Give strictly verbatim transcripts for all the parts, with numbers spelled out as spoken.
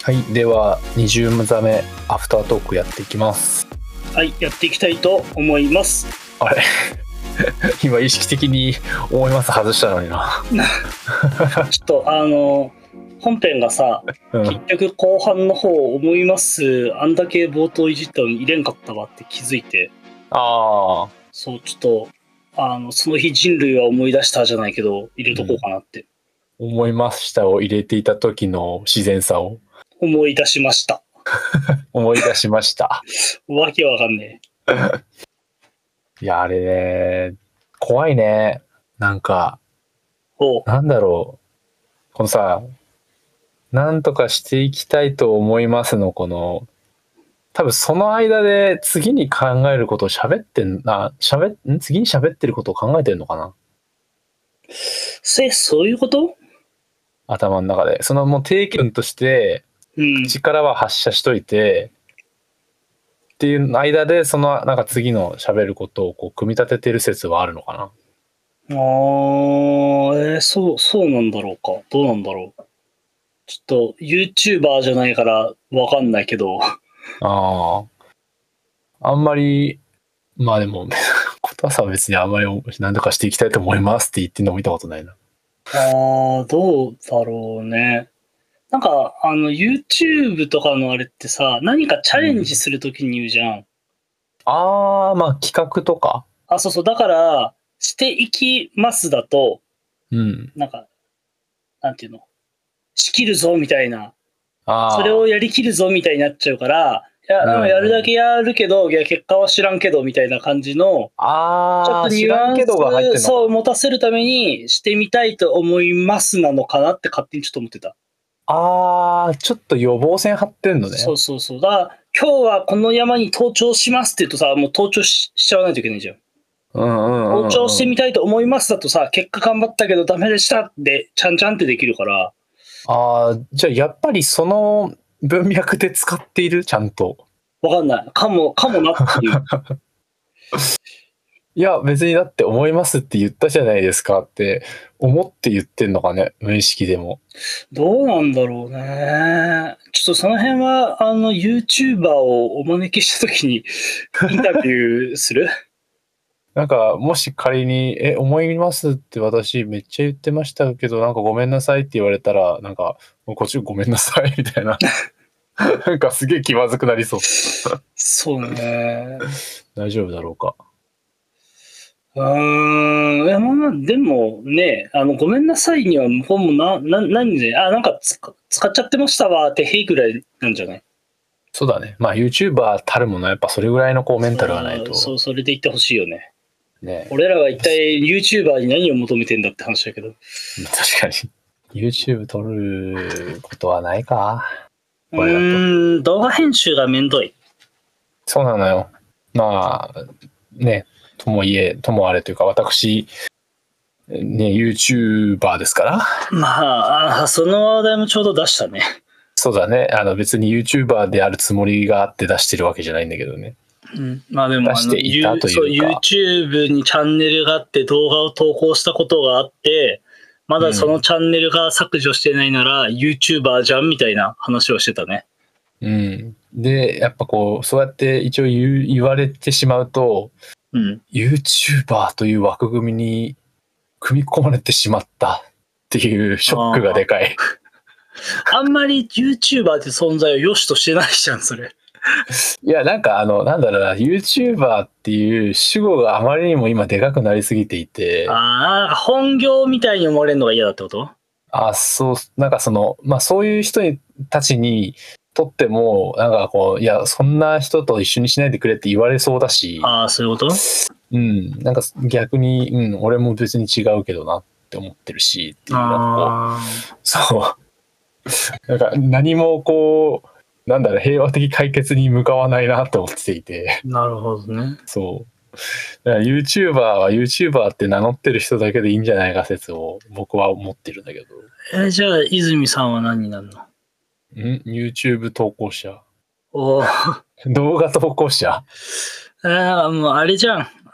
はい、ではにじゅう座目アフタートークやっていきます。 はい、やっていきたいと思います。 あれ今意識的に思います外したのになちょっとあの本編がさ、うん、結局後半の方思いますあんだけ冒頭いじったのに入れんかったわって気づいて、 ああそうちょっとあのその日人類は思い出したじゃないけど入れとこうかなって、 うん、思いましたを入れていた時の自然さを思い出しました思い出しましたわけわかんねえいやあれね怖いね。なんかなんだろうこのさなんとかしていきたいと思いますのこの多分その間で次に考えることを喋ってんな喋ん次に喋ってることを考えてるのかな。 せそういうこと？ 頭の中でそのもう定期文として口からは発射しといて、うん、っていう間でそのなんか次の喋ることをこう組み立ててる説はあるのかな。 あー、えー、そうそうなんだろうか。どうなんだろう。ちょっと YouTuber じゃないからわかんないけど。 ああ、あんまりまあでもことはさ別にあんまり何とかしていきたいと思いますって言ってるの見たことないな。 ああ、どうだろうね。なんかあの YouTube とかのあれってさ、何かチャレンジするときに言うじゃん。うん、 ああ、まあ企画とか。 あ、そうそう。だからしていきますだと、 うん、 なんかなんていうの、仕切るぞみたいな、あそれをやりきるぞみたいになっちゃうから。いや、うん、やるだけやるけど、いや結果は知らんけどみたいな感じの、 あちょっとニュアンスそう持たせるためにしてみたいと思いますなのかなって勝手にちょっと思ってた。 あー、ちょっと予防線張ってんのね。 そうそうそう。だから今日はこの山に登頂しますって言うとさ、もう登頂 し, しちゃわないといけないじゃん。 うんうんうんうん、 登頂してみたいと思いますだとさ、結果頑張ったけどダメでしたってちゃんちゃんってできるから。 あー、じゃあやっぱりその文脈で使っているちゃんと。 わかんない。かも、かもなっていう。 いや、別にだって思いますって言ったじゃないですかって思って言ってんのかね、無意識でも。 どうなんだろうね。ちょっとその辺は、あの、YouTuber をお招きしたときにインタビューするなんか、もし仮に、え、思いますって私めっちゃ言ってましたけど、なんかごめんなさいって言われたら、なんか、こっちごめんなさいみたいな。なんかすげえ気まずくなりそう。 そうね。 大丈夫だろうか。 うーん。いや、まあ、でもね、あの、ごめんなさいには向こうもな、な、何で、あ、なんか使使っちゃってましたわってへいぐらいなんじゃない？ そうだね。まあ YouTuber たるものやっぱそれぐらいのこうメンタルがないと。 そう、それで言ってほしいよね。 ね、 俺らは一体 YouTuber に何を求めてんだって話だけど。 確かに。YouTube 撮ることはないか。 うーん、動画編集がめんどい。 そうなのよ。まあ、ね、ともいえ、ともあれというか、私、ね、YouTuber ですから。 まあ、その話題もちょうど出したね。 そうだね。あの別に YouTuber であるつもりがあって出してるわけじゃないんだけどね。 うん、まあでも出していたというか、 そう YouTube にチャンネルがあって動画を投稿したことがあって、まだそのチャンネルが削除してないなら YouTuber じゃんみたいな話をしてたね。 うん。で、やっぱこう、そうやって一応言う言われてしまうと、うん、YouTuber という枠組みに組み込まれてしまったっていうショックがでかい。 あ, あんまり YouTuber って存在を良しとしてないじゃん、それ。 いや、なんかあの、なんだろうな、YouTuber っていう主語があまりにも今でかくなりすぎていて。 ああ、本業みたいに思われるのが嫌だってこと？ あ、そう、なんかその、まあそういう人たちにとっても、なんかこう、いや、そんな人と一緒にしないでくれって言われそうだし。 ああ、そういうこと？ うん、なんか逆に、うん、俺も別に違うけどなって思ってるし、っていうのを、そう。なんか何もこう、なんだろう、平和的解決に向かわないなって思っていて。 なるほどね。 そう。だから YouTuber は YouTuber って名乗ってる人だけでいいんじゃないか説を僕は思ってるんだけど。 えー、じゃあ泉さんは何になるの？ ん ?YouTube 投稿者。 お動画投稿者。 ああ、もうあれじゃん。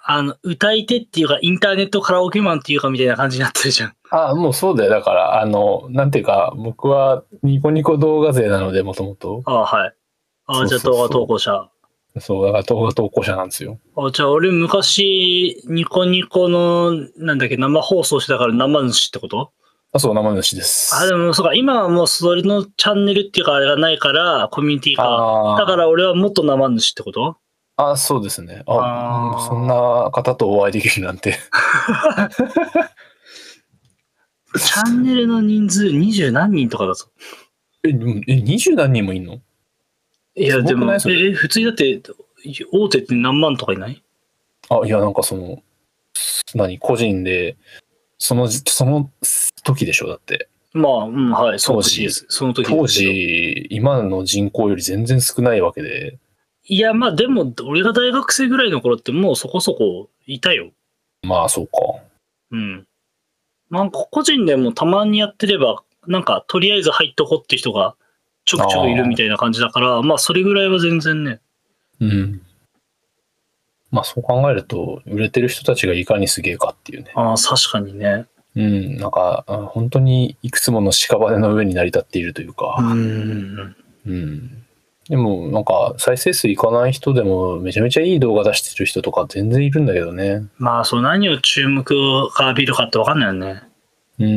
あの、歌い手っていうか、インターネットカラオケマンっていうかみたいな感じになってるじゃん。 あ、もうそうだよ。だから、あの、なんていうか、僕はニコニコ動画勢なので、もともと。 ああ、はい。ああ、じゃあ動画投稿者。 そう、だから動画投稿者なんですよ。 あ、じゃあ俺昔、ニコニコの、なんだっけ、生放送してたから生主ってこと？ あ、そう、生主です。 あ、でもそうか、今はもうそれのチャンネルっていうかあれがないから、コミュニティか。だから俺はもっと生主ってこと？ あ、そうですね。あ、あそんな方とお会いできるなんて。 チャンネルの人数二十何人とかだぞ。 え、え、二十何人もいんの？ いや、でも、え、普通にだって、大手って何万とかいない？ あ、いや、なんかその、何、個人で、その、その時でしょ、だって。 まあ、うん、はい、その時です。その時当時、今の人口より全然少ないわけで。 いや、まあでも、俺が大学生ぐらいの頃ってもうそこそこいたよ。 まあ、そうか。 うん。なんか個人でもたまにやってれば、なんかとりあえず入っとこって人がちょくちょくいるみたいな感じだから、あまあそれぐらいは全然ね。 うん。まあそう考えると、売れてる人たちがいかにすげえかっていうね。 ああ、確かにね。 うん、なんか、本当にいくつもの屍の上に成り立っているというか。 うん。 うん。でも、なんか、再生数いかない人でも、めちゃめちゃいい動画出してる人とか全然いるんだけどね。 まあ、そう、何を注目を浴びるかって分かんないよね。 うん。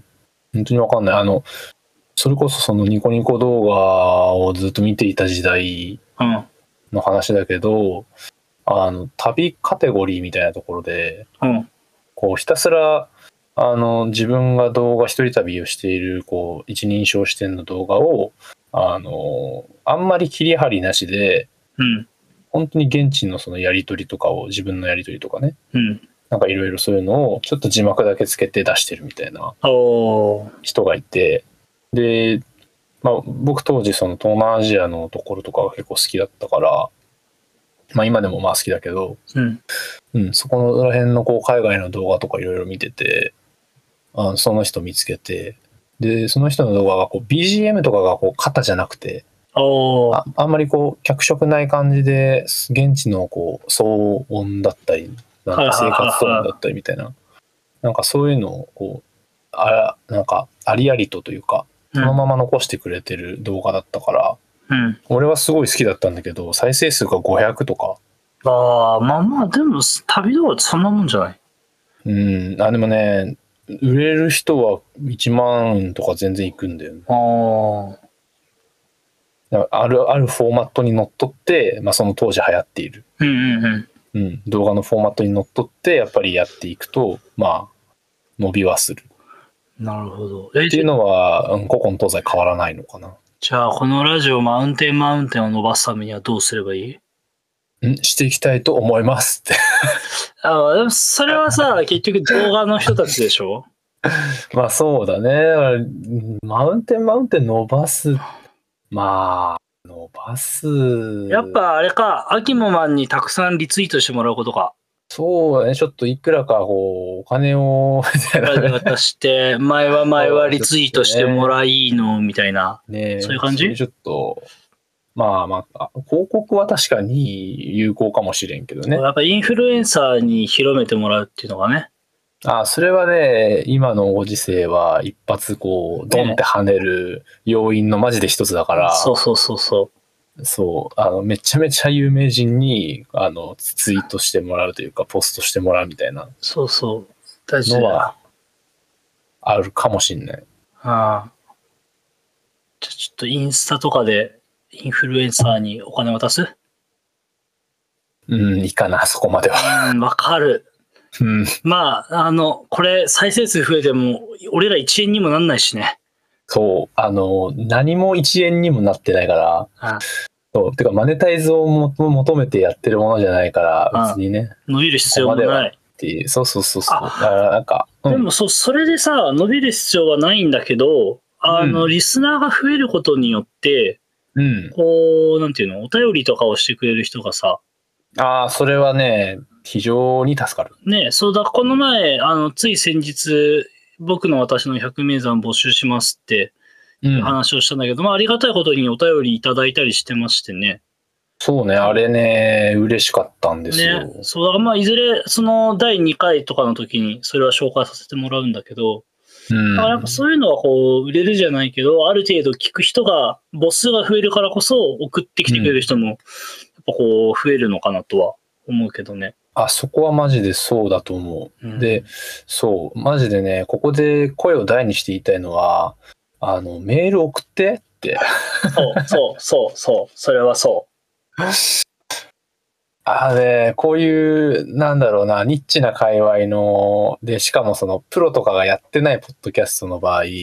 本当に分かんない。あの、それこそそのニコニコ動画をずっと見ていた時代の話だけど、うん、あの、旅カテゴリーみたいなところで、 うん、 こう、ひたすら、あの、自分が動画一人旅をしている、こう、一人称視点の動画を、あの、あんまり切り張りなしで、 うん、 本当に現地のそのやり取りとかを、自分のやり取りとかね、 うん、 なんかいろいろそういうのを、ちょっと字幕だけつけて出してるみたいな人がいて、で、まあ、僕当時その東南アジアのところとかが結構好きだったから、まあ今でもまあ好きだけど、 うん、 うん、そこのら辺のこう海外の動画とかいろいろ見てて、あその人見つけて、で、その人の動画がこう ビージーエム とかがこう肩じゃなくて、あ, あんまりこう脚色ない感じで、現地のこう騒音だったり、なんか生活音だったりみたいな、なんかそういうのをこう、あなんかありありとというか、そのまま残してくれてる動画だったから、うん、俺はすごい好きだったんだけど、再生数がごひゃくとか。 ああ、まあまあ、でも旅動画ってそんなもんじゃない？ うん、あ、でもね、売れる人はいちまんとか全然いくんだよね。ああ。ある、あるフォーマットにのっとって、まあその当時流行っている。 うんうんうん。 うん、動画のフォーマットにのっとって、やっぱりやっていくと、まあ、伸びはする。 なるほど。 っていうのは、古今東西変わらないのかな。 じゃあ、このラジオマウンテンマウンテンを伸ばすためにはどうすればいい？ んしていきたいと思いますってあ。でもそれはさ、結局動画の人たちでしょまあそうだね。マウンテンマウンテン伸ばす。まあ、伸ばす。 やっぱあれか、アキモマンにたくさんリツイートしてもらうことか。 そうね、ちょっといくらかこう、お金を、みたいな。 渡して、前は前はリツイートしてもらいの、みたいな。 ね、 そういう感じ？ ちょっと、まあまあ、広告は確かに有効かもしれんけどね。 やっぱインフルエンサーに広めてもらうっていうのがね。 あ、それはね、今のご時世は一発こう、ドンって跳ねる要因のマジで一つだから。 ね、そうそうそうそう。 そう、あの、めちゃめちゃ有名人に、あの、ツイートしてもらうというか、ポストしてもらうみたいな。 そうそう。大事のは、あるかもしんない。 ああ。じゃあちょっとインスタとかでインフルエンサーにお金渡す？ うん、いいかな、そこまでは。 うん、わかる。 うん。 まあ、あの、これ再生数増えても、俺らいちえんにもなんないしね。 そう、あの、何もいちえんにもなってないから、ああそう、てかマネタイズをも求めてやってるものじゃないから、別にね。 伸びる必要もない。 っていうそうそうそうそう。だからなんか、 うん、でもそ、それでさ、伸びる必要はないんだけど、あの、うん、リスナーが増えることによって、うん、こう、なんていうの、お便りとかをしてくれる人がさ、 ああ、それはね、非常に助かる。 ね、そうだ、この前、あの、つい先日、僕の私のひゃく名山募集しますっていう話をしたんだけど、うん、まあ、ありがたいことにお便りいただいたりしてましてね。 そうね、あれね、嬉しかったんですよ。 ね、そう、だからまあ、いずれ、そのだいにかいとかの時に、それは紹介させてもらうんだけど、うん、だからやっぱそういうのはこう、売れるじゃないけど、ある程度聞く人が、母数が増えるからこそ、送ってきてくれる人も、やっぱこう、増えるのかなとは思うけどね。 あ、そこはマジでそうだと思う。うん、で、そう、マジでね、ここで声を大にして言いたいのは、あの、メール送ってって。 そう、そう、そう、そう、それはそう。 あね、こういう、なんだろうな、ニッチな界隈の、で、しかもその、プロとかがやってないポッドキャストの場合、うん、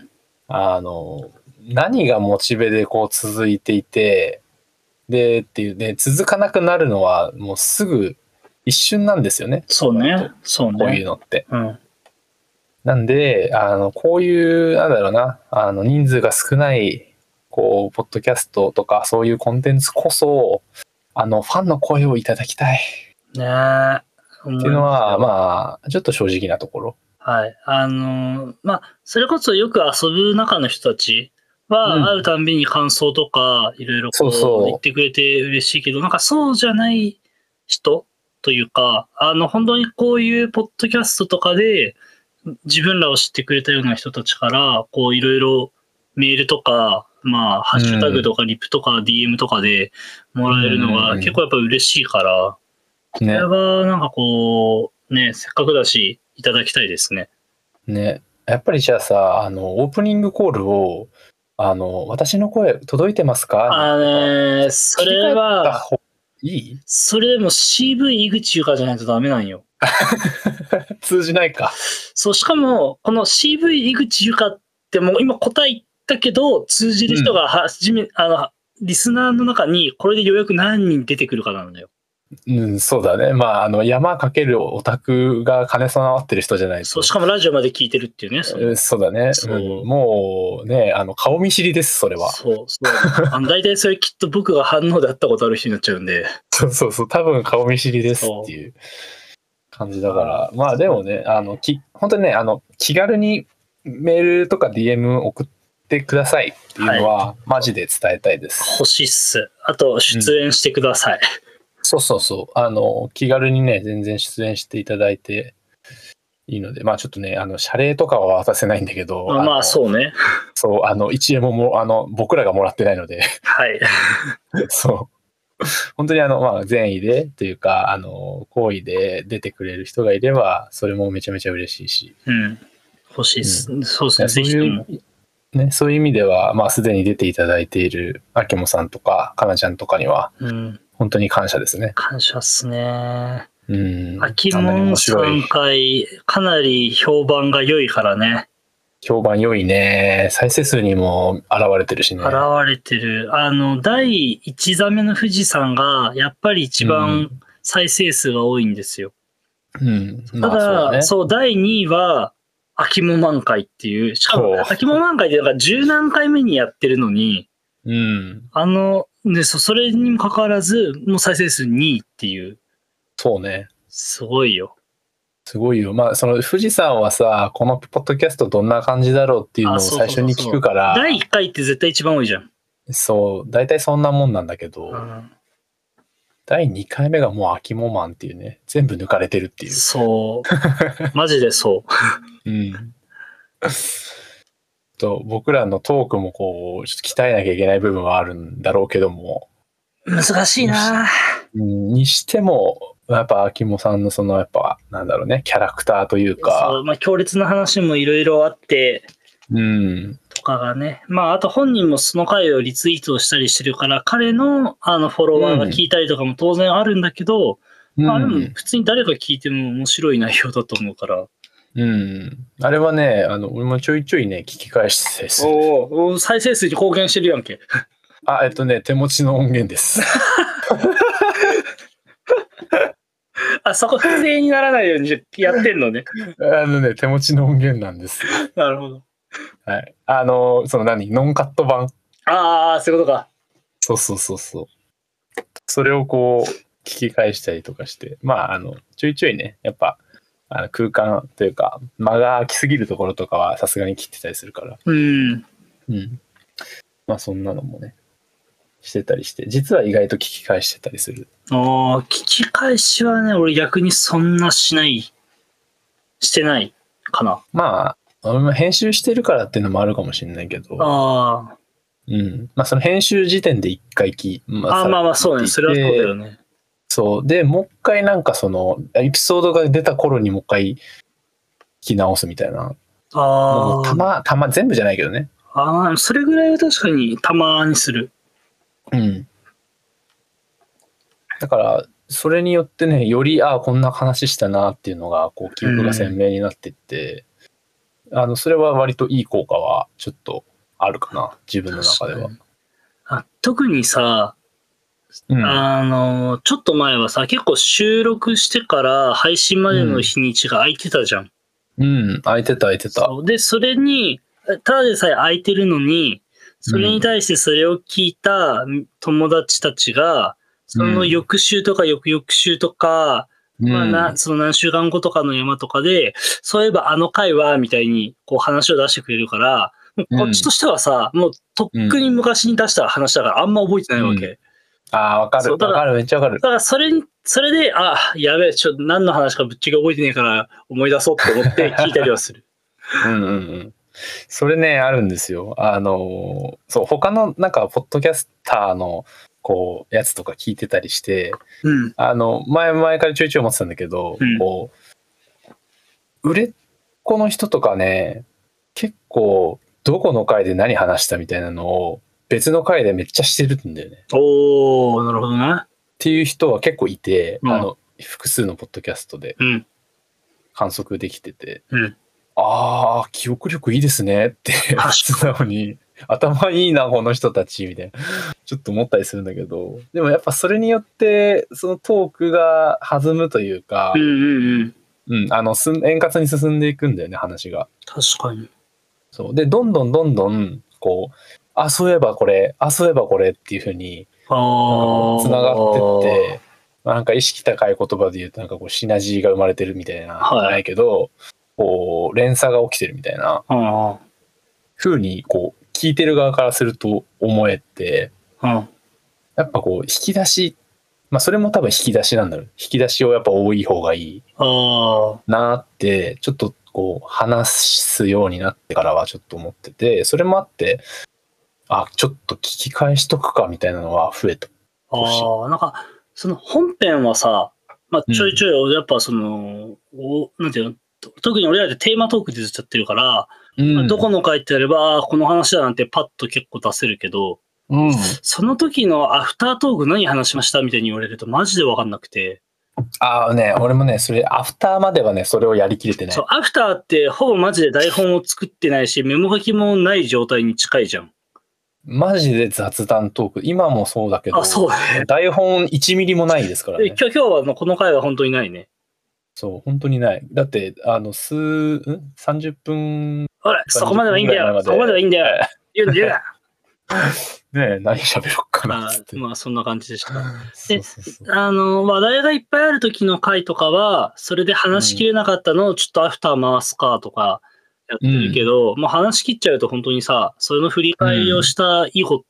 あの、何がモチベでこう続いていて、で、っていうね、続かなくなるのは、もうすぐ、一瞬なんですよね。 そうね。そうね。 こういうのって。 うん、 なんで、あの、こういう、なんだろうな、あの、人数が少ない、こう、ポッドキャストとか、そういうコンテンツこそ、あの、ファンの声をいただきたい。 ねえ。 っていうのは、まあ、ちょっと正直なところ。 はい。あのー、まあ、それこそよく遊ぶ中の人たちは、会うたんびに感想とか、いろいろこう、言ってくれて嬉しいけど、なんかそうじゃない人というか、あの、本当にこういうポッドキャストとかで、自分らを知ってくれたような人たちから、こう、いろいろメールとか、まあ、ハッシュタグとかリプとか ディーエム とかでもらえるのが結構やっぱ嬉しいから、それはなんかこう、ね、せっかくだし、いただきたいですね。 ね。やっぱりじゃあさ、あの、オープニングコールを、あの、私の声届いてますか？ あのね、それは、 いい？ それでも シーブイ 井口ゆかじゃないとダメなんよ。 通じないか。 そう、しかも、この シーブイ 井口ゆかってもう今答え言ったけど、通じる人がはじめ、うん、あの、リスナーの中にこれでようやく何人出てくるかなんだよ。 うん、そうだね。まあ、あの、山かけるオタクが兼ね備わってる人じゃないと。 そう、しかもラジオまで聞いてるっていうね。 そ, うそうだね。そう、うん、もうね、あの、顔見知りです、それは。 そう、そう。あの、大体それきっと僕が反応であったことある人になっちゃうんで。 そうそうそう、多分顔見知りですっていう感じだから。まあでもね、あの、き、本当にね、あの、気軽にメールとか ディーエム 送ってくださいっていうのは、マジで伝えたいです。 欲しいっす。あと、出演してください。うん、 そうそうそう。あの、気軽にね、全然出演していただいていいので、まあちょっとね、あの、謝礼とかは渡せないんだけど。 まあ、そうね。 そう、あの、いちえんもも、あの、僕らがもらってないので。 はい。 そう。本当にあの、まあ、善意でというか、あの、好意で出てくれる人がいれば、それもめちゃめちゃ嬉しいし。 うん。欲しいっす。うん、そうですね。 そういうね、そういう意味では、まあ、すでに出ていただいているあけもさんとかかなちゃんとかには、うん、本当に感謝ですね。 感謝っすね。 うん。 あきもんさん回かなり評判が良いからね。 評判良いね。再生数にも現れてるしね。 現れてる。あの、だいいち座目の富士山が、やっぱり一番再生数が多いんですよ。 うん。 ただ、まあそうね、そう、だいにいは、あきも満開っていう、しかも、あきも満開ってなんか十何回目にやってるのに、 うん。 あの、で、そ、それにもかかわらず、もう再生数にいっていう。 そうね。 すごいよ。 すごいよ。まあ、その富士山はさ、このポッドキャストどんな感じだろうっていうのを最初に聞くから。 だいいっかいって絶対一番多いじゃん。 そう、大体そんなもんなんだけど、うん、だいにかいめがもう秋もマンっていうね、全部抜かれてるっていう。 そう。マジでそう。 うん。と、僕らのトークもこう、ちょっと鍛えなきゃいけない部分はあるんだろうけども。 難しいなに, にしても、やっぱ秋もさんのそのやっぱなんだろうね、キャラクターというか、 そう、まあ、強烈な話もいろいろあって、 うん、 とかがね、まああと本人もその回をリツイートしたりしてるから、彼のあのフォロワーが聞いたりとかも当然あるんだけど、うん、まあでも普通に誰が聞いても面白い内容だと思うから。 うん、あれはね、あの俺もちょいちょいね聞き返してです、ね。 おお、再生数に貢献してるやんけ。 あ、えっとね、手持ちの音源です。 あ、そこ不正にならないようにやってんのね。 あのね、手持ちの音源なんです。 なるほど。 はい。あの、その何ノンカット版。 ああ、そういうことか。 そうそうそうそう。それをこう、聞き返したりとかして、まあ、あの、ちょいちょいね、やっぱ、あの空間というか、間が空きすぎるところとかはさすがに切ってたりするから。 うん。 うん。まあ、そんなのもね。 してたりして、実は意外と聞き返してたりする。 ああ、聞き返しはね、俺逆にそんなしない、してないかな。 まあ、俺も編集してるからっていうのもあるかもしれないけど、 ああ。 うん。まあその編集時点で一回聞い、 まあ、あまあまあそうね、それはそうだよね。 そう。で、もう一回なんかその、エピソードが出た頃にもう一回聞き直すみたいな。 ああ。 たま、たま、全部じゃないけどね。 ああ、それぐらいは確かにたまにする。 うん。だから、それによってね、より、ああ、こんな話したなっていうのが、こう、記憶が鮮明になっていって、うん、あの、それは割といい効果はちょっとあるかな、自分の中では。 あ、特にさ、うん、あの、ちょっと前はさ、結構収録してから配信までの日にちが空いてたじゃん。 うん、うん、空いてた空いてた。 で、それに、ただでさえ空いてるのに、それに対してそれを聞いた友達たちが、その翌週とか翌々週とか、うん、まあな、その何週間後とかの山とかで、そういえばあの回は、みたいにこう話を出してくれるから、こっちとしてはさ、もうとっくに昔に出した話だからあんま覚えてないわけ。うん、 ああ、わかる。わかる。めっちゃわかる。 だからそれに、それで、あ、やべえ、ちょっと何の話かぶっちゃけ覚えてねえから思い出そうって思って聞いたりはする。 うんうんうん。それね、あるんですよ。あの、そう、他のなんか、ポッドキャスターの、こう、やつとか聞いてたりして、 うん、 あの、前々からちょいちょい思ってたんだけど、うん、こう、売れっ子の人とかね、結構、どこの回で何話したみたいなのを、別の回でめっちゃしてるんだよね。 おー、なるほどね。 っていう人は結構いて、 うん、 あの、複数のポッドキャストで観測できてて、 うん、 ああ、記憶力いいですねって素直に頭いいなこの人たちみたいなちょっと思ったりするんだけど、でもやっぱそれによってそのトークが弾むというか、 うんうんうんうん、あの円滑に進んでいくんだよね、話が。 確かに。 そうで、どんどんどんどんこう、あそういえばこれ、あそういえばこれっていう風につながってって、なんか意識高い言葉で言うとなんかこうシナジーが生まれてるみたいな、はい、ないけど。こう連鎖が起きてるみたいな風にこう聞いてる側からすると思えて、うん、やっぱこう引き出し、まあそれも多分引き出しなんだろう。引き出しをやっぱ多い方がいいなってちょっとこう話すようになってからはちょっと思ってて、それもあってあちょっと聞き返しとくかみたいなのは増えた。 ああ、なんかその本編はさ、まあちょいちょいやっぱその、うん、なんていうの。特に俺らでテーマトークでずっちゃってるから、うんまあ、どこの回ってやればこの話だなんてパッと結構出せるけど、うん、その時のアフタートーク何話しましたみたいに言われるとマジで分かんなくて。 ああね、俺もね、それアフターまではね、それをやりきれてない。 そう、アフターってほぼマジで台本を作ってないし、メモ書きもない状態に近いじゃん。 マジで雑談トーク。今もそうだけど、 あそうね、 台本いちミリもないですからね。 今日、今日はこの回は本当にないね。 そう、本当にない。だって、あの、数、ん ?さんじゅっ 分。 あれ、そこまではいいんだよ。そこまではいいんだよ。言うな、言うな。 ねえ、何喋ろっかなっつって。 まあ、そんな感じでした。で、あの、話題がいっぱいある時の回とかは、それで話しきれなかったのをちょっとアフター回すかとかやってるけど、うん、まあ話しきっちゃうと本当にさ、それの振り返りをした以後って、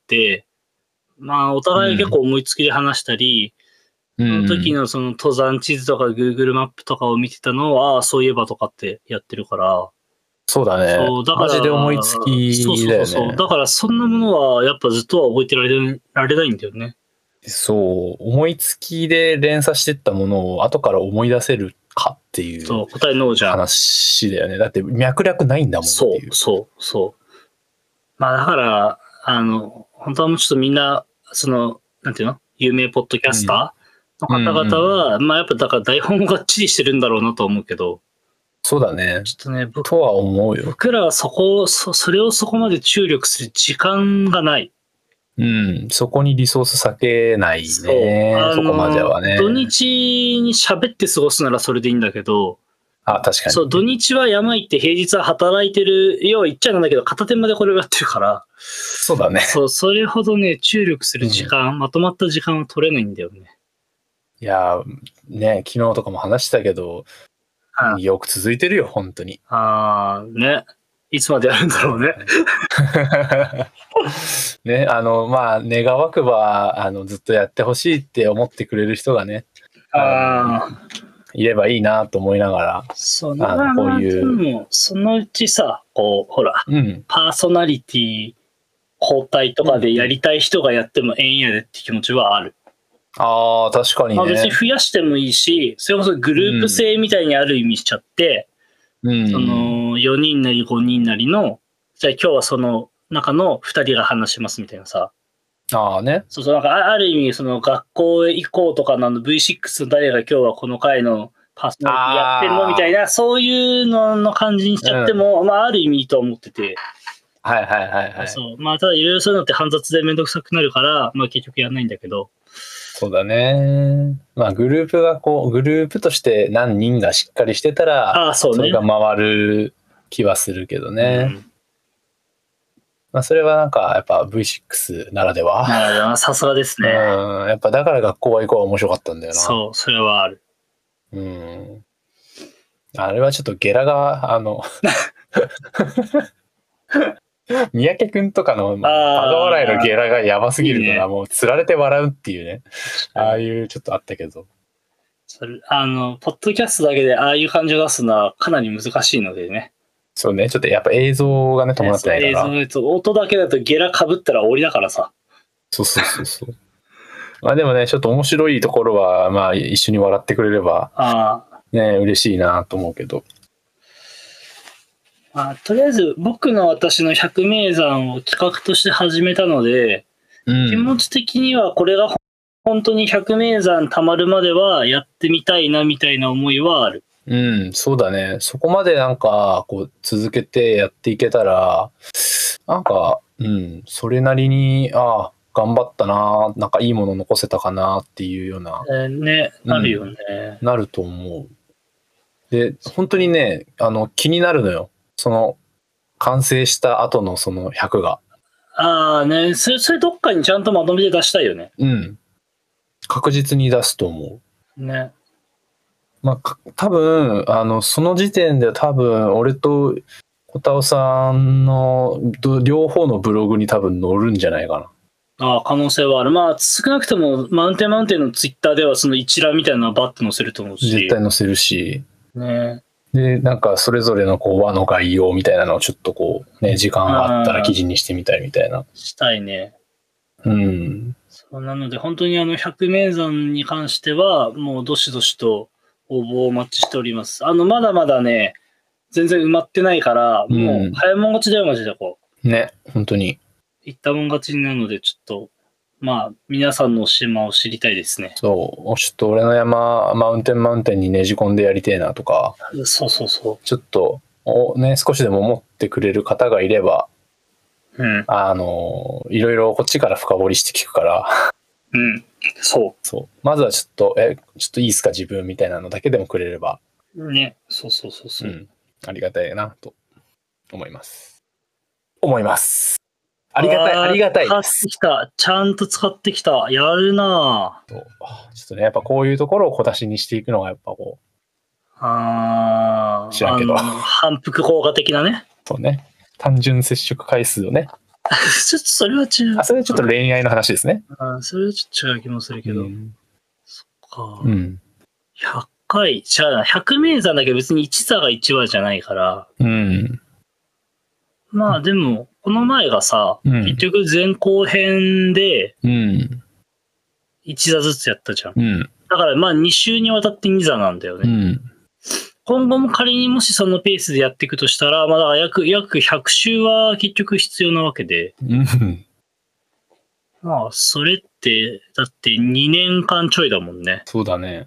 うん、まあ、お互い結構思いつきで話したり、その時のその登山地図とか Google マップとかを見てたのを、ああ、そういえばとかってやってるから。 そうだね。そう、だから。マジで思いつきだよね。 そうそうそう。だからそんなものはやっぱずっとは覚えてられられないんだよね。 そう。思いつきで連鎖してったものを後から思い出せるかっていう。 そう、答えノーじゃん。 話だよね。だって脈絡ないんだもんっていう。 そう、そう、そう。まあだから、あの、本当はもうちょっとみんな、その、なんていうの有名ポッドキャスターの方々は、うんうんうん、まあやっぱだから台本もがっちりしてるんだろうなと思うけど。 そうだね。 ちょっとね、僕とは思うよ。 僕らはそこ、そ、それをそこまで注力する時間がない。 うん、そこにリソース避けないね。そ, そこまではね。 土日に喋って過ごすならそれでいいんだけど、 あ、確かに。 そう、土日は山行って平日は働いてる、要は言っちゃなんだけど、片手間でこれをやってるから。 そうだね。 そう、それほどね、注力する時間、うん、まとまった時間は取れないんだよね。 いやー、ね、昨日とかも話したけど、うん、よく続いてるよ、本当に。 あー、ね。 いつまでやるんだろうね。 ね、あの、まあ、願わくば、あの、ずっとやってほしいって思ってくれる人がね、 ああ。 いればいいなと思いながら、 そう、まあ、こういう。でも、そのうちさ、こう、ほら、うん、パーソナリティ交代とかでやりたい人がやってもええんやでって気持ちはある。 ああ、確かにね。まあ、 別に増やしてもいいし、それこそグループ性みたいにある意味しちゃって、うん、そのよにんなりごにんなりの、じゃあ今日はその中のふたりが話しますみたいなさ。 ああね。 そうそう、なんかある意味、その学校へ行こうとかの ブイシックス の誰が今日はこの回のパーソナリティやってんのみたいな、そういうのの感じにしちゃっても、うん、まあある意味いいと思ってて。 はいはいはいはい。 そう。まあただいろいろそういうのって煩雑でめんどくさくなるから、まあ結局やんないんだけど。 そうだね。まあグループがこう、グループとして何人がしっかりしてたら、あ、そうね、それが回る気はするけどね。うん、まあそれはなんかやっぱ ブイシックス ならでは。 ならでは、さすがですね。 うん。やっぱだから学校は行こうは面白かったんだよな。 そう、それはある。 うん。あれはちょっとゲラが、あの、三宅くんとかの、まあ、バカ笑いのゲラがやばすぎるから、もう釣られて笑うっていうね。ああいうちょっとあったけど。 それ、あの、ポッドキャストだけでああいう感じを出すのはかなり難しいのでね。 そうね、ちょっとやっぱ映像がね、伴ってないから。 映像、音だけだとゲラ被ったら終わりだからさ。 そうそうそうそう。まあでもね、ちょっと面白いところは、まあ一緒に笑ってくれれば、あね、嬉しいなと思うけど。 まあ、とりあえず僕の私の百名山を企画として始めたので、うん、気持ち的にはこれが本当に百名山たまるまではやってみたいなみたいな思いはある。 うん、そうだね。そこまでなんかこう続けてやっていけたら、なんか、うん、それなりに、ああ、頑張ったな、なんかいいもの残せたかなっていうような。 えー、ね、なるよね、 うん。なると思う。で、本当にね、あの、気になるのよ。その、完成した後のそのひゃくが。 ああね、それ、それどっかにちゃんとまとめて出したいよね。 うん。確実に出すと思う。 ね。 まあ、多分、あの、その時点で多分、俺と小田尾さんの両方のブログに多分載るんじゃないかな。ああ、可能性はある。まあ、少なくとも、マウンテンマウンテンのツイッターではその一覧みたいなのはバッと載せると思うし。 絶対載せるし。 ね。 で、なんかそれぞれのこう和の概要みたいなのをちょっとこうね、時間があったら記事にしてみたいみたいな。 したいね。 うん。 そうなので本当にあの百名山に関してはもうどしどしと応募をお待ちしております。あのまだまだね、全然埋まってないから、うん、もう早いもん勝ちだよマジでこう。ね、本当に。 いったもん勝ちになるのでちょっと。まあ、皆さんの島を知りたいですね。 そう。ちょっと俺の山、マウンテンマウンテンにねじ込んでやりてえなとか。 そうそうそう。 ちょっと、おね、少しでも思ってくれる方がいれば、うん。あの、いろいろこっちから深掘りして聞くから。 うん。そう。 そう。まずはちょっと、え、ちょっといいっすか自分みたいなのだけでもくれれば。 ね。そうそうそうそう。うん。 ありがたいな、と思います。思います。ありがたい、ありがたいです。 使ってきた。ちゃんと使ってきた。やるなぁ。 ちょっとね、やっぱこういうところを小出しにしていくのがやっぱこう。 ああ。 知らんけど。 反復効果的なね。 そうね。単純接触回数をね。 ちょっとそれは違う。 あ、それはちょっと恋愛の話ですね。 あ、それはちょっと違う気もするけど。うん、そっか。うん。ひゃっかい。じゃあ、百名山だけ別にいち座がいちわじゃないから。うん。まあでも、この前がさ、うん、結局前後編で、いち座ずつやったじゃん。うん、だからまあに週にわたってに座なんだよね。うん、今後も仮にもしそのペースでやっていくとしたら、まあだから約、約ひゃく週は結局必要なわけで。うん、まあ、それって、だってにねんかんちょいだもんね。 そうだね。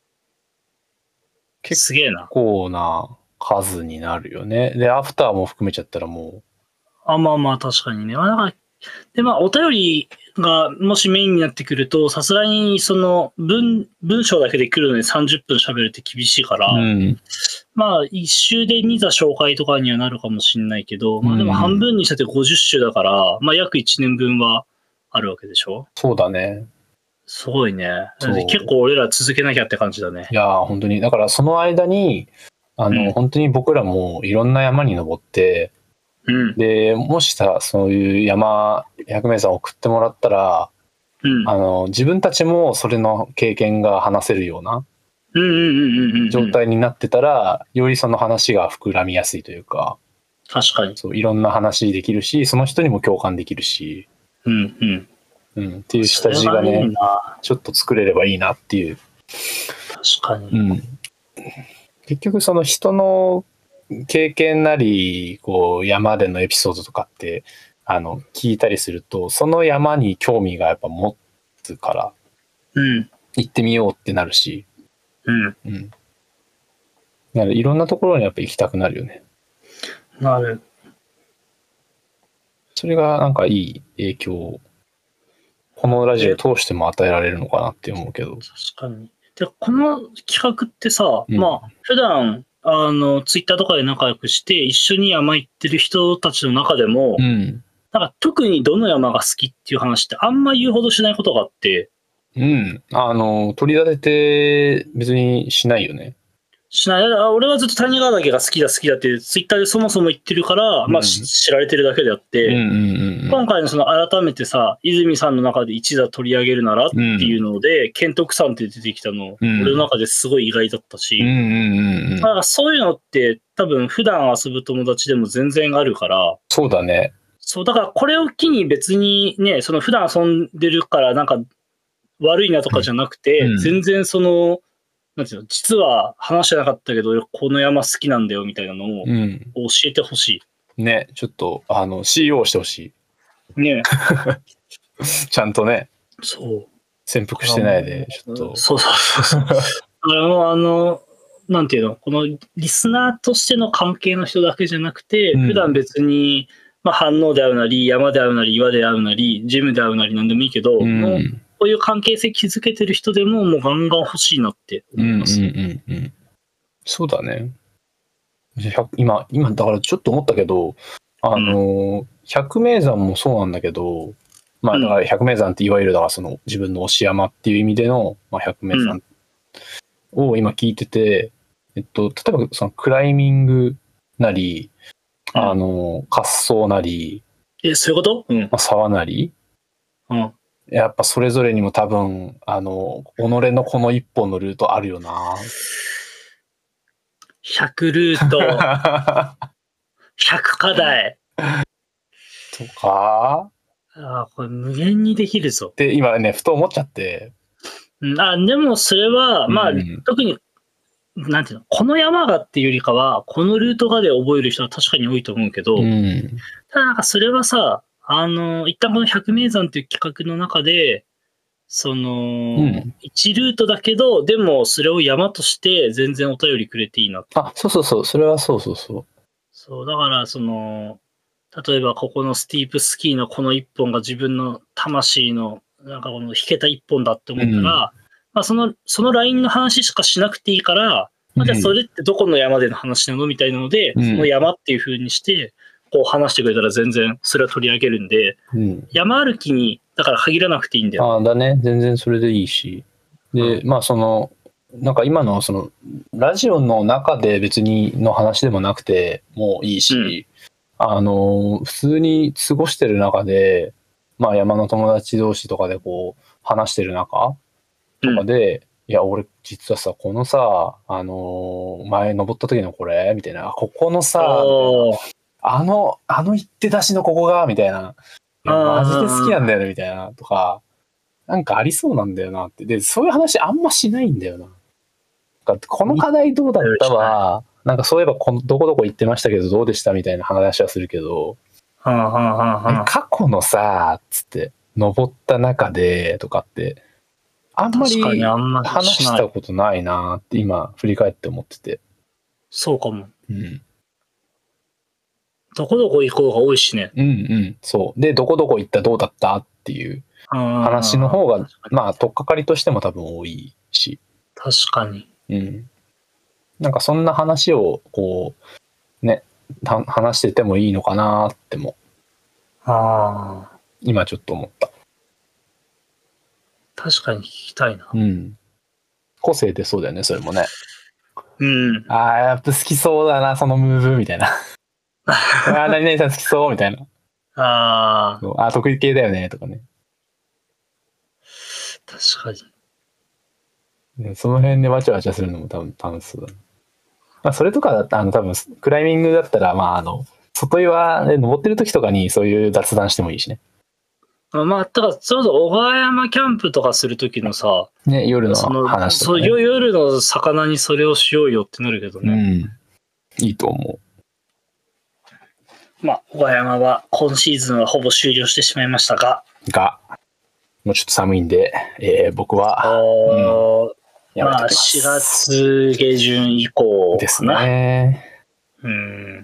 すげえな。 結構な数になるよね。で、アフターも含めちゃったらもう。 あ、まあまあ確かにね。まあ、だからで、まあ、お便りがもしメインになってくると、さすがにその文、文章だけで来るのにさんじゅっぷん喋るって厳しいから、うん、まあ、いっ週でに座紹介とかにはなるかもしれないけど、まあでも半分にしててごじゅっ週だから、まあ約いちねんぶんはあるわけでしょ？ そうだね。 すごいね。結構俺ら続けなきゃって感じだね。 いやー、本当に。だからその間に、あの、うん、本当に僕らもいろんな山に登って、 うん、 で、もしさ、そういう山、百名山送ってもらったら、 うん、 あの、自分たちもそれの経験が話せるような状態になってたら、よりその話が膨らみやすいというか、 確かに。 そう、いろんな話できるし、その人にも共感できるし、 うんうん。 うん、っていう下地がね、ちょっと作れればいいなっていう。 確かに。 うん。結局その人の経験なり、こう山でのエピソードとかって、あの、聞いたりすると、その山に興味がやっぱ持つから、 うん。 行ってみようってなるし、 うん。 うん。なのでいろんなところにやっぱ行きたくなるよね。 なる。 それがなんかいい影響を、このラジオ通しても与えられるのかなって思うけど。 確かに。で、この企画ってさ、 うん、 まあ、普段、あの、ツイッターとかで仲良くして、一緒に山行ってる人たちの中でも、 うん、 なんか特にどの山が好きっていう話ってあんま言うほどしないことがあって、 うん。あの、取り立てて別にしないよね。 しない。俺はずっと谷川岳が好きだ好きだってツイッターでそもそも言ってるから、まあ、知られてるだけであって、今回のその改めてさ、泉さんの中で一座取り上げるならっていうので、うん、ケントクさんって出てきたの、うん、俺の中ですごい意外だったし、だからそういうのって多分普段遊ぶ友達でも全然あるから。 そうだね。 そう、だからこれを機に別にね、その普段遊んでるからなんか悪いなとかじゃなくて、うん、全然その、なんていうの、実は話してなかったけど、この山好きなんだよみたいなのを教えてほしい、 うん。ね、ちょっと、あの、シーオー してほしい。 ねちゃんとね。 そう。 潜伏してないで、ちょっと。 そうそうそう。あの、あの、なんていうの、このリスナーとしての関係の人だけじゃなくて、うん、普段別に、まあ、反応で会うなり、山で会うなり、岩で会うなり、ジムで会うなりなんでもいいけど、うん、こういう関係性築けてる人でももうガンガン欲しいなって思います。 うんうんうんうん、そうだね。今、今、だからちょっと思ったけど、あの、百名山もそうなんだけど、まあ、だから百名山っていわゆるだからその自分の推し山っていう意味での、まあ、百名山を今聞いてて、えっと、例えばそのクライミングなり、あの、滑走なり、 え、そういうこと？うん。 まあ、沢なり、うん。やっぱそれぞれにも多分、あの、己のこの一本のルートあるよな。 ひゃくルート。ひゃく課題。 とかああ、これ無限にできるぞ。 って今ね、ふと思っちゃって。 うん、あ、でもそれは、まあ、うん、特に、なんていうの、この山がっていうよりかは、このルートがで覚える人は確かに多いと思うけど、うん、ただなんかそれはさ、あの、一旦この百名山っていう企画の中で、その、うん、いちルートだけど、でもそれを山として全然お便りくれていいなって。 あ、そうそうそう、それはそうそうそう。 そう、だからその、例えばここのスティープスキーのこの一本が自分の魂の、なんかこの弾けた一本だって思ったら、うん、まあその、そのラインの話しかしなくていいから、まあ、じゃあそれってどこの山での話なのみたいなので、うん、その山っていう風にして、こう話してくれたら全然それは取り上げるんで、うん、山歩きに、だから限らなくていいんだよ。 ああ、だね。全然それでいいし。で、うん、まあその、なんか今のその、ラジオの中で別にの話でもなくてもいいし、うん、あの、普通に過ごしてる中で、まあ山の友達同士とかでこう、話してる中とかで、うん、いや、俺実はさ、このさ、あの、前登った時のこれみたいな、ここのさ、あの、あの行って出しのここがみたいな、いやマジで好きなんだよねみたいなとか、なんかありそうなんだよなって。で、そういう話あんましないんだよな。この課題どうだったわ、なんかそういえばこのどこどこ行ってましたけどどうでしたみたいな話はするけど、はあはあはあ、過去のさ、つって登った中でとかってあんまり話したことないなって今振り返って思ってて。 そうかも。 うん。 どこどこ行こうが多いしね。 うんうん。そう。で、どこどこ行ったどうだったっていう話の方が、まあ、取っかかりとしても多分多いし。 確かに。 うん。なんかそんな話を、こう、ね、話しててもいいのかなっても。 ああ。 今ちょっと思った。 確かに聞きたいな。 うん。個性出そうだよね、それもね。 うん。 ああ、やっぱ好きそうだな、そのムーブみたいな。 あ、何々さん好きそうみたいな。 ああ。 あ、得意系だよねとかね。 確かに。その辺でわちゃわちゃするのも多分楽しそうだね。まあ、それとかだったら、あの、多分、クライミングだったら、まあ、あの、外岩で登ってる時とかにそういう雑談してもいいしね。 まあ、だから、ちょうど小川山キャンプとかする時のさ、 ね、夜の話とか、ね。 そう、夜の魚にそれをしようよってなるけどね。 うん。いいと思う。まあ、小川山は今シーズンはほぼ終了してしまいましたが。 が、もうちょっと寒いんで、えー、僕は、 うん、まあ、しがつ下旬以降ですね。 うん。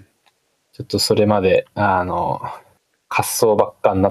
ちょっとそれまで、あの、滑走ばっかになって、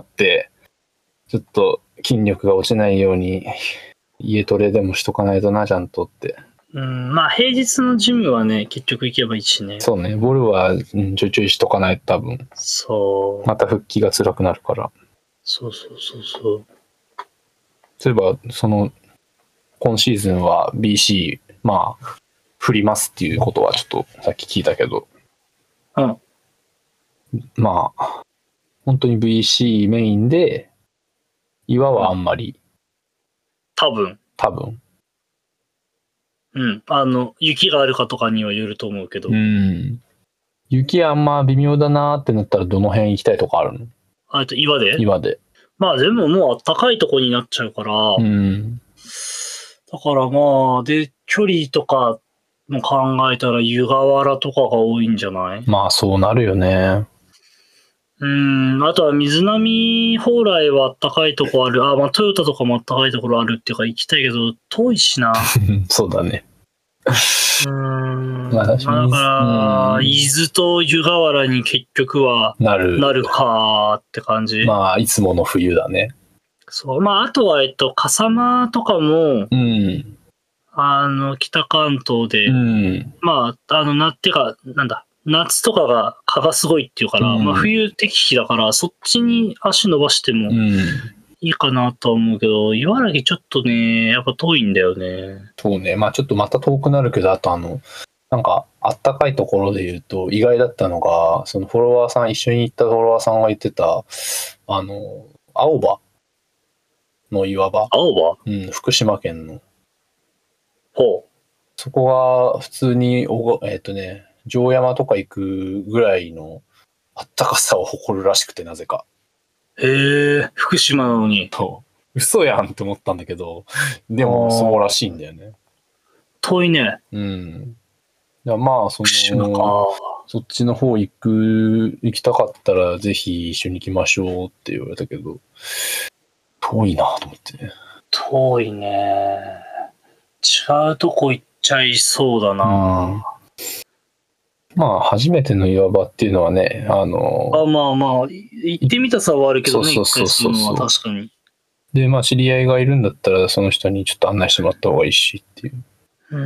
ちょっと筋力が落ちないように、家トレでもしとかないとな、ちゃんとって。 うん、まあ平日のジムはね、結局行けばいいしね。 そうね、ボルは、うん、ちょいちょいしとかないと多分。 そう。 また復帰が辛くなるから。 そうそうそうそう。 そういえば、その、今シーズンは ビーシー、まあ、振りますっていうことはちょっとさっき聞いたけど。 うん。 まあ、本当に ブイシー メインで、岩はあんまり。 多分。 多分。 うん。あの、雪があるかとかにはよると思うけど。 うん。雪あんま微妙だなーってなったらどの辺行きたいとかあるの？ あと岩で？ 岩で。 まあでももう暖かいとこになっちゃうから。 うん。 だからまあ、で、距離とかも考えたら湯河原とかが多いんじゃない？ まあそうなるよね。 うん、あとは水波蓬莱は暖かいとこある。あ、まあトヨタとかも暖かいところあるっていうか行きたいけど、遠いしな。 そうだね。 うん。 まあ、 まあ、だから、伊豆と湯河原に結局はなる。 なるかって感じ。 まあ、いつもの冬だね。 そう。まあ、あとは、えっと、笠間とかも、 うん。 あの、北関東で、 うん、 まあ、あの、なってか、なんだ、夏とかが蚊がすごいっていうから、うん、まあ、冬適期だから、そっちに足伸ばしてもいいかなとは思うけど、うん、茨城ちょっとね、やっぱ遠いんだよね。 そうね。まあ、ちょっとまた遠くなるけど、あとあの、なんか、あったかいところで言うと、意外だったのが、そのフォロワーさん、一緒に行ったフォロワーさんが言ってた、あの、青葉の岩場。 青葉？ うん、福島県の。 ほう。 そこが普通にお、えっとね、城山とか行くぐらいのあったかさを誇るらしくて、なぜか。 へえ、福島なのに。 そう。嘘やんって思ったんだけど、でもそうらしいんだよね。 遠いね。 うん。いやまあ、その、 福島か。 そっちの方行く、行きたかったらぜひ一緒に行きましょうって言われたけど、遠いなと思ってね。 遠いね。違うとこ行っちゃいそうだな。うん、 まあ、初めての岩場っていうのはね、あのあ、まあまあ、行ってみたさはあるけどね、 そうそうそうそう。 確かに。 で、まあ、知り合いがいるんだったら、その人にちょっと案内してもらった方がいいしっていう。 うん。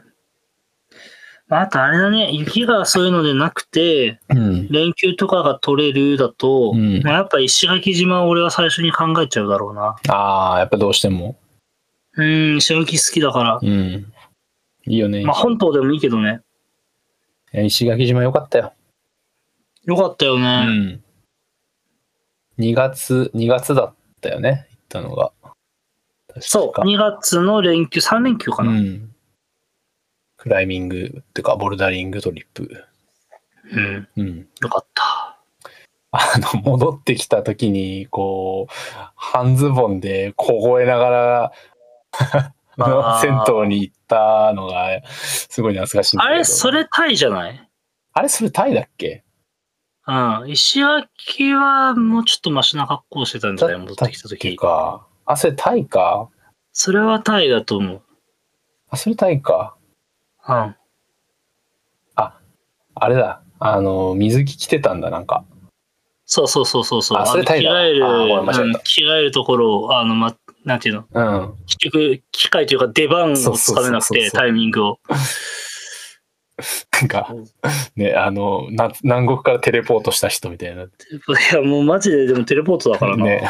あとあれだね、雪がそういうのでなくて、うん、連休とかが取れるだと、うん、まあ、やっぱ石垣島を俺は最初に考えちゃうだろうな。 ああ、やっぱどうしても。 うん、石垣好きだから。 うん。いいよね。 まあ本島でもいいけどね。 石垣島よかったよ。 よかったよね。 うん。にがつ、にがつだったよね、行ったのが。 そう、にがつの連休、さん連休かな。うん。 クライミングっていうか、ボルダリングトリップ。 うん。うん。よかった。 あの、戻ってきた時に、こう、半ズボンで凍えながら、銭湯に行ったのが、すごい懐かしいんだけど。 あれ、それタイじゃない？ あれ、それタイだっけ？ うん。石垣はもうちょっとマシな格好してたんじゃない？戻ってきた時か。あ、それタイか。 それはタイだと思う。 あ、それタイか。 うん。 あ、あれだ。あの、水着着てたんだ、なんか。 そうそうそうそうそう。 あ、それタイだ。 着替える、うん、着替えるところを、あの、ま、なんていうの？うん。結局、機械というか出番をつかめなくて、タイミングを。 なんか、ね、あの、南国からテレポートした人みたいな。いや、もうマジででもテレポートだからな。ね。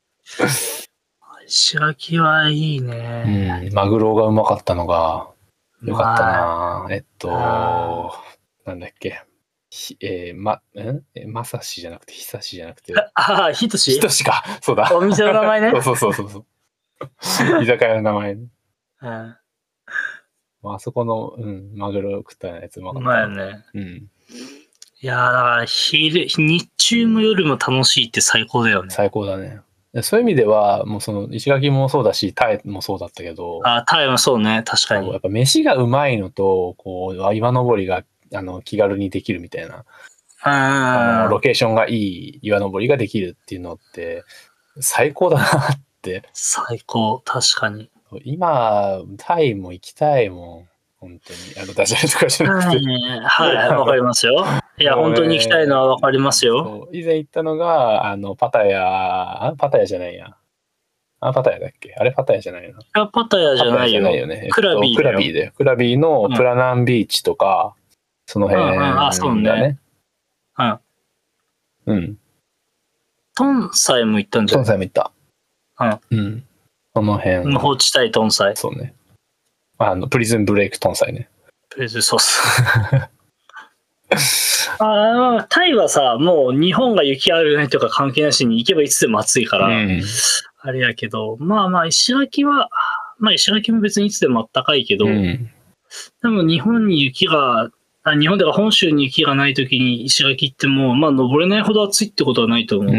石垣はいいね。 うん、マグロがうまかったのが、よかったな。えっと、なんだっけ。 ひえー、ま、んえまさしじゃなくて、ひさしじゃなくて。 ああ、ひとしひとしか。そうだ。 お店の名前ね。 そうそうそうそう。居酒屋の名前ね。 うん。まあ、あそこの、うん、マグロ食ったやつうまかった。 うまいよね。 うん。 いやー、だから昼、日中も夜も楽しいって最高だよね。 最高だね。そういう意味では、もうその石垣もそうだし、タイもそうだったけど。 あ、タイもそうね、確かに。 やっぱ飯がうまいのと、こう、岩登りが、あの、気軽にできるみたいな。あのロケーションがいい岩登りができるっていうのって、最高だなって。 最高、確かに。 今、タイも行きたいもん。本当に。あの、ダジャレとかじゃなくて。 はい、わかりますよ。いや、本当に行きたいのはわかりますよ。 以前行ったのが、あの、パタヤ、あ、パタヤじゃないや。あ、パタヤだっけ？あれパタヤじゃないの？ あ、パタヤじゃないよ。 ないよね。 クラビーだよ。クラビーだよ。クラビーのプラナンビーチとか、うん、その辺だね。うんうん、あ、そうね。 うん。 うん。 トンサイも行ったんじゃない？ トンサイも行った。 うん。 うん。その辺。 無法地帯トンサイ。 そうね。あの、プリズンブレイクトンサイね。 プリズン、そうっす。あ、タイはさ、もう日本が雪あるないとか関係なしに行けばいつでも暑いから、うん、あれやけど、まあまあ石垣は、まあ石垣も別にいつでも暖かいけど、うん、でも日本に雪が、あ日本では本州に雪がないときに石垣行っても、まあ登れないほど暑いってことはないと思うし、うん、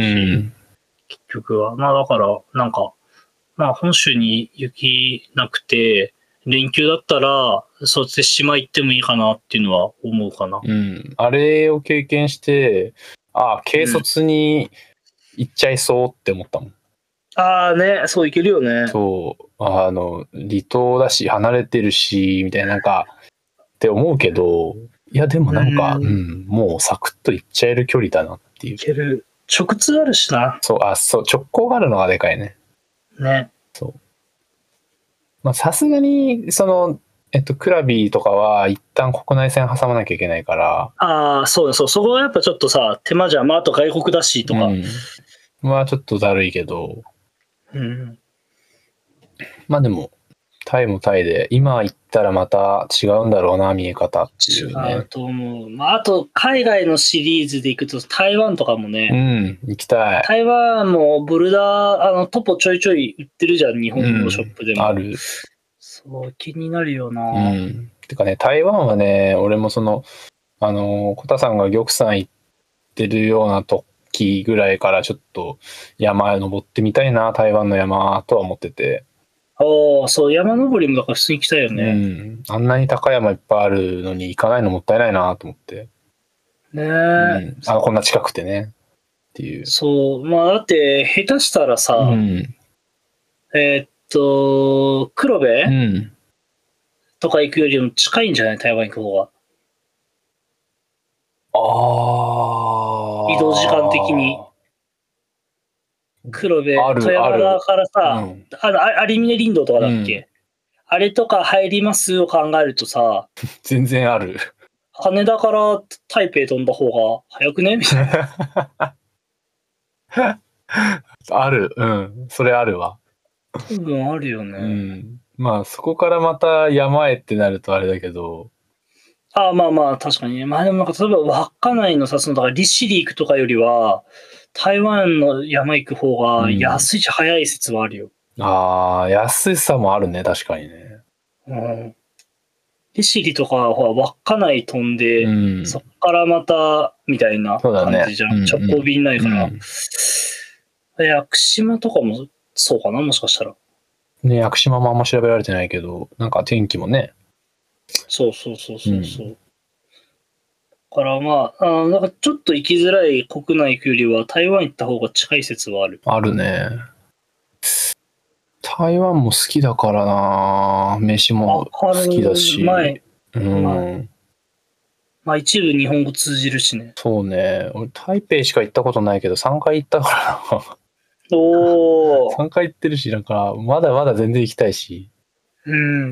結局は。まあだから、なんか、まあ本州に雪なくて、連休だったら、そうやって島行ってもいいかなっていうのは思うかな。 うん。あれを経験して、ああ、軽率に行っちゃいそうって思ったもん。うん、 ああね、そう行けるよね。 そう。あの、離島だし、離れてるし、みたいな、なんか、って思うけど、いや、でもなんか、うん、うん、もうサクッと行っちゃえる距離だなっていう。 行ける。直通あるしな。 そう、あ、そう、直行があるのがでかいね。 ね。 そう。まあ、さすがに、その、えっと、クラビーとかは一旦国内線挟まなきゃいけないから。 ああ、そうそう。そこはやっぱちょっとさ、手間じゃん。まあ、あと外国だしとか。うん、 まあ、ちょっとだるいけど。 うん。 まあでも、タイもタイで、今行ったらまた違うんだろうな、見え方っていうね。 違うと思う。まあ、あと、海外のシリーズで行くと、台湾とかもね。 うん、行きたい。 台湾もボルダー、あの、トポちょいちょい売ってるじゃん、日本のショップでも。うん、 ある。 そう、気になるよな。 うん。てかね、台湾はね、俺もその、あの、コタさんが玉山行ってるような時ぐらいからちょっと山へ登ってみたいな、台湾の山とは思ってて。 ああ、そう、山登りもだから普通に行きたいよね。 うん。あんなに高い山いっぱいあるのに行かないのもったいないなと思って。 ねえ、うん。 あ、こんな近くてね。っていう。 そう、まあだって下手したらさ、うん、えー、っと、黒部、うん、とか行くよりも近いんじゃない？台湾行く方が。 ああ。 移動時間的に。黒部、富山側からさ、うん、あの、有峰林道とかだっけ、うん、あれとか入りますを考えるとさ、 全然ある。 羽田から台北飛んだ方が早くねみたいな。ある。うん。それあるわ。 多分あるよね。 うん。まあ、そこからまた山へってなるとあれだけど。 ああ、まあまあ、確かにね。まあでもなんか、例えば稚内のさ、その、だから利尻行くとかよりは、台湾の山行く方が安いし早い説はあるよ。 うん、ああ、安さもあるね、確かにね。 うん。利尻とかは稚内飛んで、うん、そっからまた、みたいな感じじゃん。ね、直行便ないから。うんうん、屋久島とかもそうかな、もしかしたら。 ね、屋久島もあんま調べられてないけど、なんか天気もね。 そうそうそうそうそう。うん、からまあ、あなんかちょっと行きづらい国内行くよりは台湾行った方が近い説はある。 あるね。台湾も好きだからな、飯も好きだし。前、うん、 前まあ一部日本語通じるしね。 そうね。俺台北しか行ったことないけどさんかい行ったからな。 おー。 さんかい行ってるし、なんかまだまだ全然行きたいし。 うん。 うん、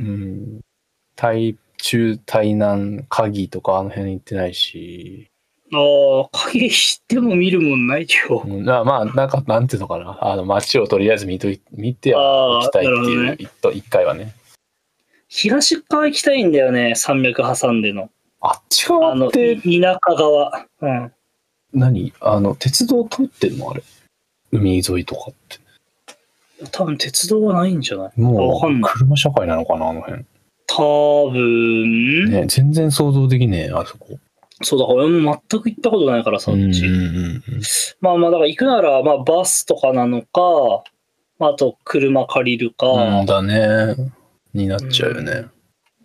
台中、台南、鍵とかあの辺行ってないし。 ああ、鍵知っても見るもんないよ。 うん、まあ、なんか、なんていうのかな。あの、街をとりあえず見とい見ては行きたいっていう、ね、一回はね。 東側行きたいんだよね、山脈挟んでの。 あっち側って、 あの、田舎側。うん。 何あの、鉄道通ってるのあれ。海沿いとかって。 多分鉄道はないんじゃない？ もう、車社会なのかな、あの辺。 多分。 ね、全然想像できねえ、あそこ。 そうだから俺も全く行ったことないからさ、 っち。 まあまあ、だから行くなら、まあバスとかなのか、あと車借りるか。 うんだね。になっちゃうよね。うん、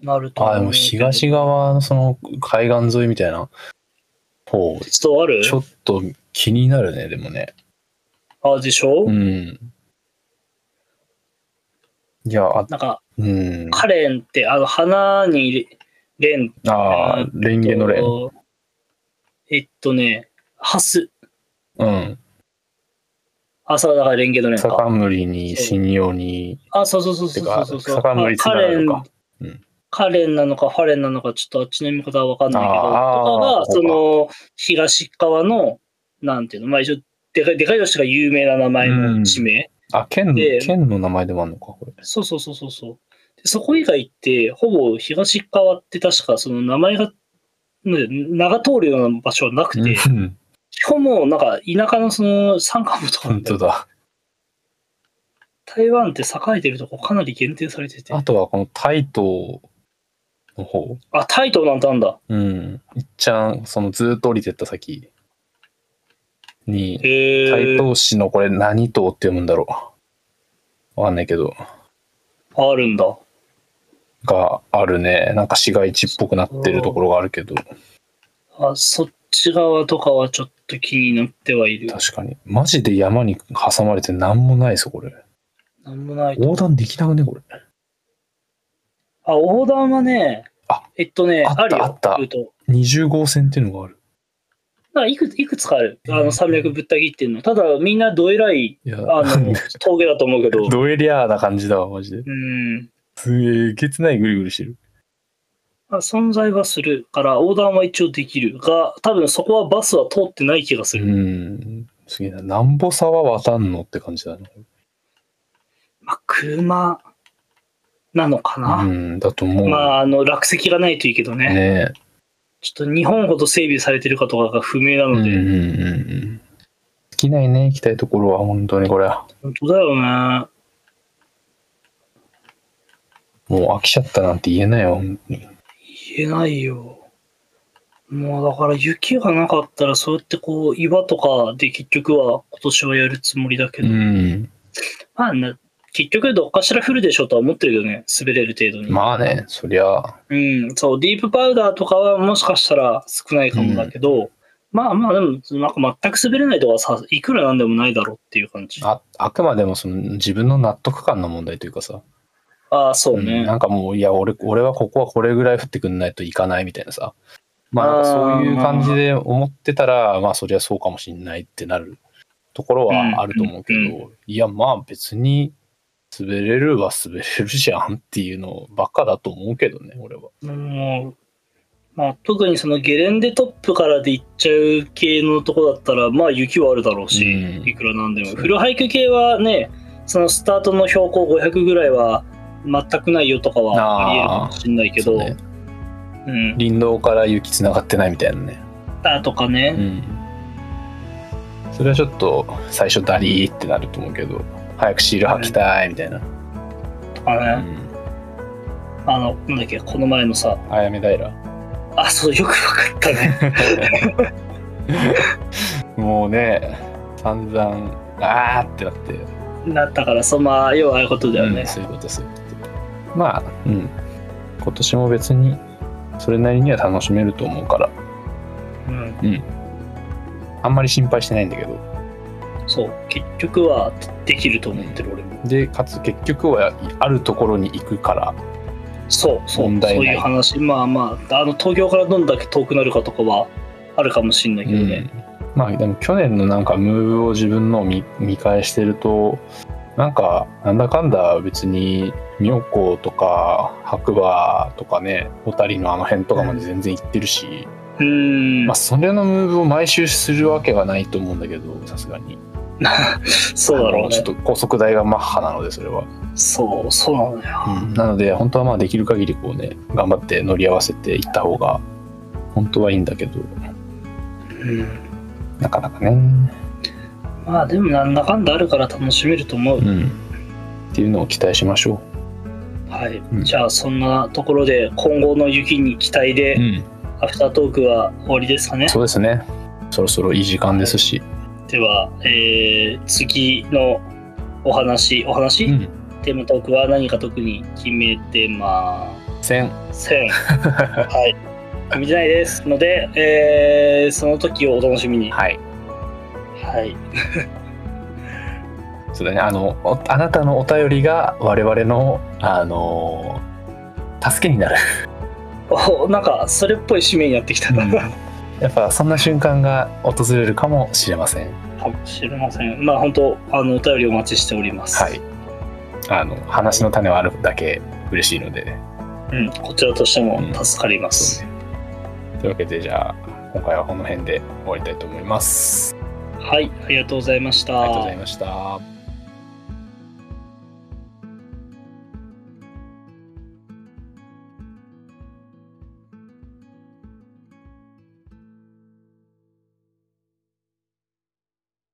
なると思う。あ、でも東側のその海岸沿いみたいな方、 鉄道ある？ ちょっと気になるね、でもね。 あ、でしょ？ うん。いや、あ、 なんか、 うん。 カレンって、あの、花にレン。 ああ、レンゲのレン。 えっとね、ハス。 うん。 あ、そう、だからレンゲのレンか。 草冠に信用に。 あ、そうそうそうそうそうそう。 草冠つながるか。 うん。カレンなのかファレンなのかちょっとあっちの読み方はわかんないけど、とかが、その、東側の、なんていうの、まあ一応、でかい、でかい年が有名な名前の地名。 うん、あ、県の、県の名前でもあるのか、これ。 そうそうそうそうそう。でそこ以外って、ほぼ東側って確かその名前が、名が通るような場所はなくて、基本もうなんか田舎のその山間部とか本当だ。 台湾って栄えてるとこかなり限定されてて。 あとはこの台東の方。 あ、台東なんてあんだ。 うん。いっちゃん、そのずっと降りてった先に、台東市のこれ何島って読むんだろう。わかんないけど。 あるんだ。 があるね。なんか市街地っぽくなってるところがあるけど。 あ、そっち側とかはちょっと気になってはいる。 確かに。マジで山に挟まれてなんもないぞ、これ。 なんもない。 横断できなくね、これ。 あ、横断はね、あ、えっとね、あるよ。 あった、あった。にじゅう号線っていうのがある。 だいくつ、いくつかある。あの、山脈ぶった切ってんの。ただ、みんなどえらい、いあの、峠だと思うけど。 どえりゃーな感じだわ、マジで。 うん。 すげえ、げつないぐりぐりしてる。 存在はするから、横断は一応できるが、多分そこはバスは通ってない気がする。 うん。すげえな。なんぼ沢渡んのって感じだね。 まあ、車なのかな。 うん、だと思う。 まあ、あの、落石がないといいけどね。 ねちょっと日本ほど整備されてるかとかが不明なので。うんうんうんうん。 好きないね、行きたいところは、本当にこれ。 本当だよね。 もう飽きちゃったなんて言えないよ、本当に。 言えないよ。もうだから雪がなかったらそうやってこう岩とかで結局は今年はやるつもりだけど、うん、まあな結局どっかしら降るでしょうとは思ってるよね、滑れる程度に。 まあね、そりゃ。 うん、そうディープパウダーとかはもしかしたら少ないかもだけど、うん、まあまあでもなんか全く滑れないとかさ、いくらなんでもないだろうっていう感じ。 あ、あくまでもその自分の納得感の問題というかさ。 ああ、そうね、 うん。なんかもう、いや、俺、俺はここはこれぐらい降ってくんないといかないみたいなさ。まあ、なんかそういう感じで思ってたら、まあ、そりゃそうかもしんないってなるところはあると思うけど、うんうんうん、いや、まあ別に滑れるは滑れるじゃんっていうのばっかだと思うけどね、俺は。 うんまあ、特にそのゲレンデトップからで行っちゃう系のとこだったら、まあ雪はあるだろうし、うん、いくらなんでも。フルハイク系はね、そのスタートの標高ごひゃくぐらいは、全くないよとかはありえるかもしれないけど、ねうん、林道から雪つながってないみたいなね。 だとかね、うん、 それはちょっと最初ダリーってなると思うけど、早くシール履きたいみたいな。 とかね、うん、あのなんだっけこの前のさ、 あやめ平。 あ、そうよく分かったね。 もうね、散々あーってなって。 なったから、そまあ要はああいうことだよね、 うん。そういうことそういうこと。まあ、うん。今年も別にそれなりには楽しめると思うから。うん。うん。あんまり心配してないんだけど。 そう、結局はできると思ってる、俺も。 で、かつ結局はあるところに行くから。 そうそう、問題ない。そういう話、まあまあ、あの東京からどんだけ遠くなるかとかはあるかもしれないけどね。 うん、まあでも去年のなんかムーブを自分のを 見, 見返してると、なんかなんだかんだ別に妙高とか白馬とかね、小谷のあの辺とかまで全然行ってるし、うん、まあそれのムーブを毎週するわけはないと思うんだけど、さすがに。 そうだろうね。 ちょっと高速代がマッハなのでそれは。 そうそうなのよ、 うん。なので本当はまあできる限りこうね、頑張って乗り合わせていった方が本当はいいんだけど、 うん、 なかなかね。 まあでもなんだかんだあるから楽しめると思う、 うん、っていうのを期待しましょう。はい、うん、じゃあそんなところで今後の雪に期待で、うん、アフタートークは終わりですかね。 そうですね、そろそろいい時間ですし、 はい、では、えー、次のお話お話、うん、テーマトークは何か特に決めてませんせんはい決めてないですので、えー、その時をお楽しみに。 はいはいそうだね、あのあなたのお便りが我々のあの助けになるお、なんかそれっぽい使命にやってきたな、うん、 やっぱそんな瞬間が訪れるかもしれませんかもしれません。まあ本当あのお便りお待ちしております。 はい、あの話の種はあるだけ嬉しいので、 うん、こちらとしても助かります、 うんね、というわけでじゃあ今回はこの辺で終わりたいと思います。 はい、ありがとうございました。 ありがとうございました。